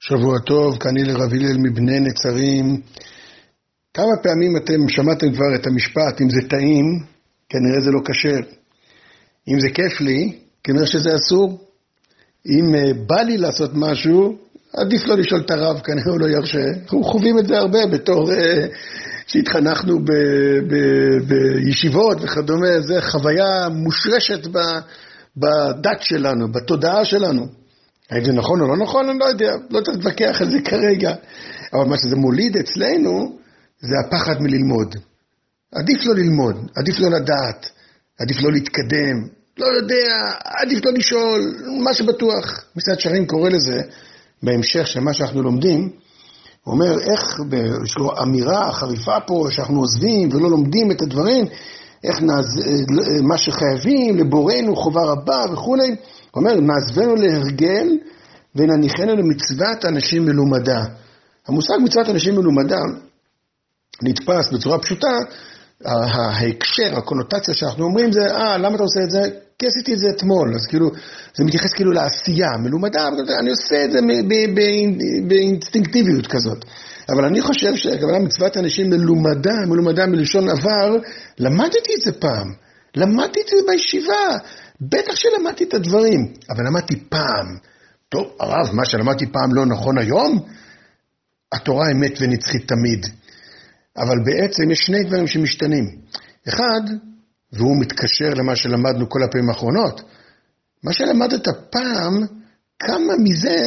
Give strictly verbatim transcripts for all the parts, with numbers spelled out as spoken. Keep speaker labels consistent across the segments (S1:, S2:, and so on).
S1: שבוע טוב, כאן רב הלל מבני נצרים. כמה פעמים אתם שמעתם כבר את המשפט, אם זה טעים, כנראה זה לא כשר. אם זה כיף לי, כנראה שזה אסור. אם בא לי לעשות משהו, עדיף לא לשאול את הרב, כנראה הוא לא ירשה. אנחנו חווים את זה הרבה בתור שהתחנכנו ב, ב, בישיבות וכדומה. זה חוויה מושרשת ב, בדת שלנו, בתודעה שלנו. האם זה נכון או לא נכון, אני לא יודע, לא צריך להתווכח על זה כרגע. אבל מה שזה מוליד אצלנו, זה הפחד מללמוד. עדיף לא ללמוד, עדיף לא לדעת, עדיף לא להתקדם, לא יודע, עדיף לא לשאול, מה שבטוח. מסעד שרים קורא לזה, בהמשך של מה שאנחנו לומדים, הוא אומר, איך, יש לו אמירה חריפה פה, שאנחנו עוזבים ולא לומדים את הדברים, איך נעז, מה שחייבים, לבורנו חובה רבה וכו'. הוא אומר, נעזבנו להרגל ונניחנו למצוות אנשים מלומדה. המושג מצוות אנשים מלומדה נתפס בצורה פשוטה, ההקשר, הקונוטציה שאנחנו אומרים זה, אה, למה אתה עושה את זה? כי עשיתי את זה אתמול, אז כאילו, זה מתייחס כאילו לעשייה, מלומדה, אני עושה את זה באינסטינקטיביות כזאת. אבל אני חושב שהכוונה מצוות אנשים מלומדה, מלומדה מלשון עבר, למדתי את זה פעם, למדתי את זה בישיבה, בטח שלמדתי את הדברים, אבל למדתי פעם. טוב, הרב, מה שלמדתי פעם לא נכון היום? התורה אמת ונצחית תמיד. אבל בעצם יש שני דברים שמשתנים. אחד, והוא מתקשר למה שלמדנו כל הפעמים האחרונות, מה שלמדת פעם, כמה מזה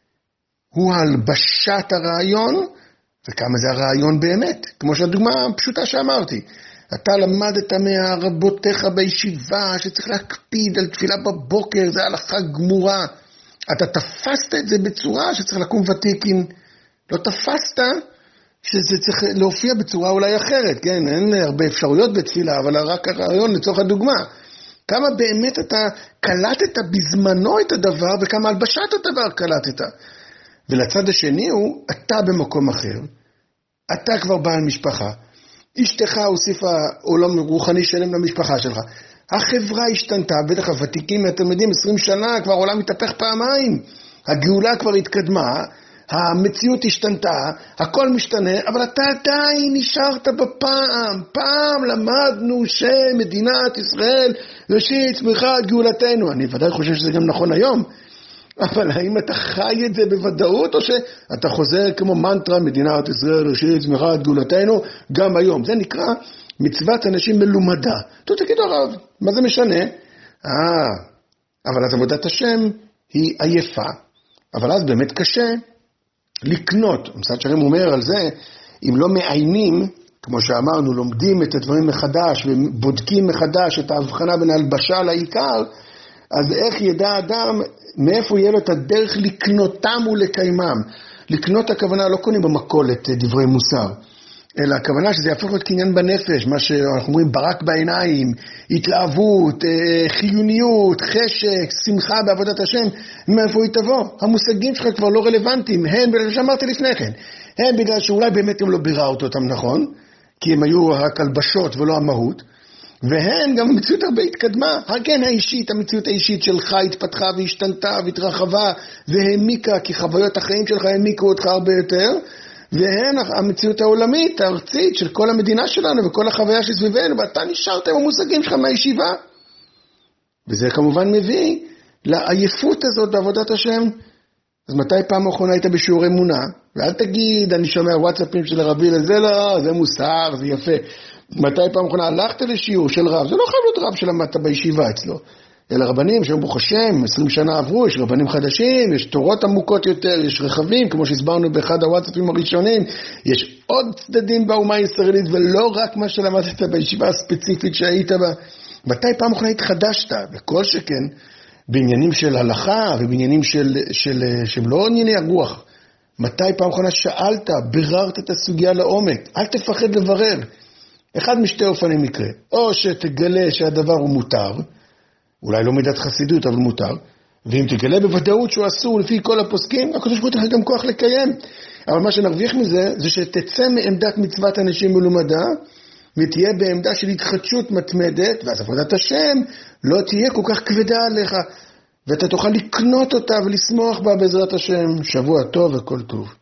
S1: הוא הלבשת הרעיון, וכמה זה הרעיון באמת. כמו שהדוגמה הפשוטה שאמרתי, אתה למדת מהרבותיך בישיבה, שצריך להקפיד על תפילה בבוקר, זה הלכה גמורה. אתה תפסת את זה בצורה שצריך לקום ותיקין. לא תפסת שזה צריך להופיע בצורה אולי אחרת, כן? אין הרבה אפשרויות בתפילה, אבל רק הרעיון לצורך הדוגמה. כמה באמת אתה קלטת בזמנו את הדבר, וכמה הלבשת הדבר קלטת. ולצד השני הוא, אתה במקום אחר, אתה כבר בעל משפחה, אשתך הוסיפה עולם רוחני שלם למשפחה שלך, החברה השתנתה, בטח הוותיקים, אתם יודעים, עשרים שנה, כבר עולם מתהפך פעמיים, הגאולה כבר התקדמה, המציאות השתנתה, הכל משתנה, אבל אתה עדיין נשארת בפעם, פעם למדנו שמדינת ישראל ראשית צמיחה את גאולתנו, אני ודאי חושב שזה גם נכון היום, אבל האם אתה חי את זה בוודאות, או שאתה חוזר כמו מנטרה, מדינת ישראל ראשית צמיחה את גאולתנו, גם היום, זה נקרא מצוות אנשים מלומדה. אתה תגידו הרב, מה זה משנה? אה, אבל אז עבודת השם היא עייפה, אבל אז באמת קשה לקנות. מסעד שרים אומר על זה, אם לא מעיינים, כמו שאמרנו, לומדים את הדברים מחדש, ובודקים מחדש את ההבחנה בין ההלבשה לעיקר, אז איך ידע אדם, מאיפה יהיה לו את הדרך לקנותם ולקיימם? לקנות הכוונה לא קונים במכולת דברי מוסר, אלא הכוונה שזה יהפוך להיות קניין בנפש, מה שאנחנו אומרים ברק בעיניים, התלהבות, חיוניות, חשק, שמחה בעבודת השם, מאיפה היא תבוא? המושגים שלך כבר לא רלוונטיים, הן בגלל שאמרתי לפני כן, הן בגלל שאולי באמת הם לא ביררת אותם נכון, כי הם היו רק הלבשות ולא המהות, והן גם המציאות הרבה התקדמה, כן האישית, המציאות האישית שלך התפתחה והשתנתה והתרחבה והעמיקה, כי חוויות החיים שלך העמיקו אותך הרבה יותר, והן המציאות העולמית, הארצית של כל המדינה שלנו וכל החוויה שסביבנו, ואתה נשארת עם המושגים שלך מהישיבה. וזה כמובן מביא לעייפות הזאת בעבודת השם. אז מתי פעם האחרונה היית בשיעורי אמונה? ואל תגיד, אני שומע וואטסאפים של הרבי לזה, לא, זה מוסר, זה יפה. מתי פעם האחרונה הלכת לשיעור של רב? זה לא חייב להיות רב שלמדת בישיבה אצלו. אלא רבנים שהם ברוך השם, עשרים שנה עברו, יש רבנים חדשים, יש תורות עמוקות יותר, יש רכבים, כמו שהסברנו באחד הוואטסאפים הראשונים, יש עוד צדדים באומה הישראלית, ולא רק מה שלמדת בישיבה הספציפית שהיית בה. מתי פעם אחרונה התחדשת? וכל שכן, בעניינים של הלכה, ובעניינים של, של, שהם לא ענייני הרוח. מתי פעם אחרונה שאלת, ביררת את הסוגיה לעומק? אל תפחד לברר. אחד משתי אופנים מקרה, או שתגלה שהדבר הוא מותר, אולי לא מידת חסידות, אבל מותר. ואם תגלה בוודאות שהוא אסור לפי כל הפוסקים, הקדוש ברוך הוא ייתן לך גם כוח לקיים. אבל מה שנרוויח מזה, זה שתצא מעמדת מצוות אנשים מלומדה, ותהיה בעמדה של התחדשות מתמדת, ואז עבודת השם לא תהיה כל כך כבדה עליך. ואתה תוכל לקנות אותה ולשמוח בה בעזרת השם. שבוע טוב וכל טוב.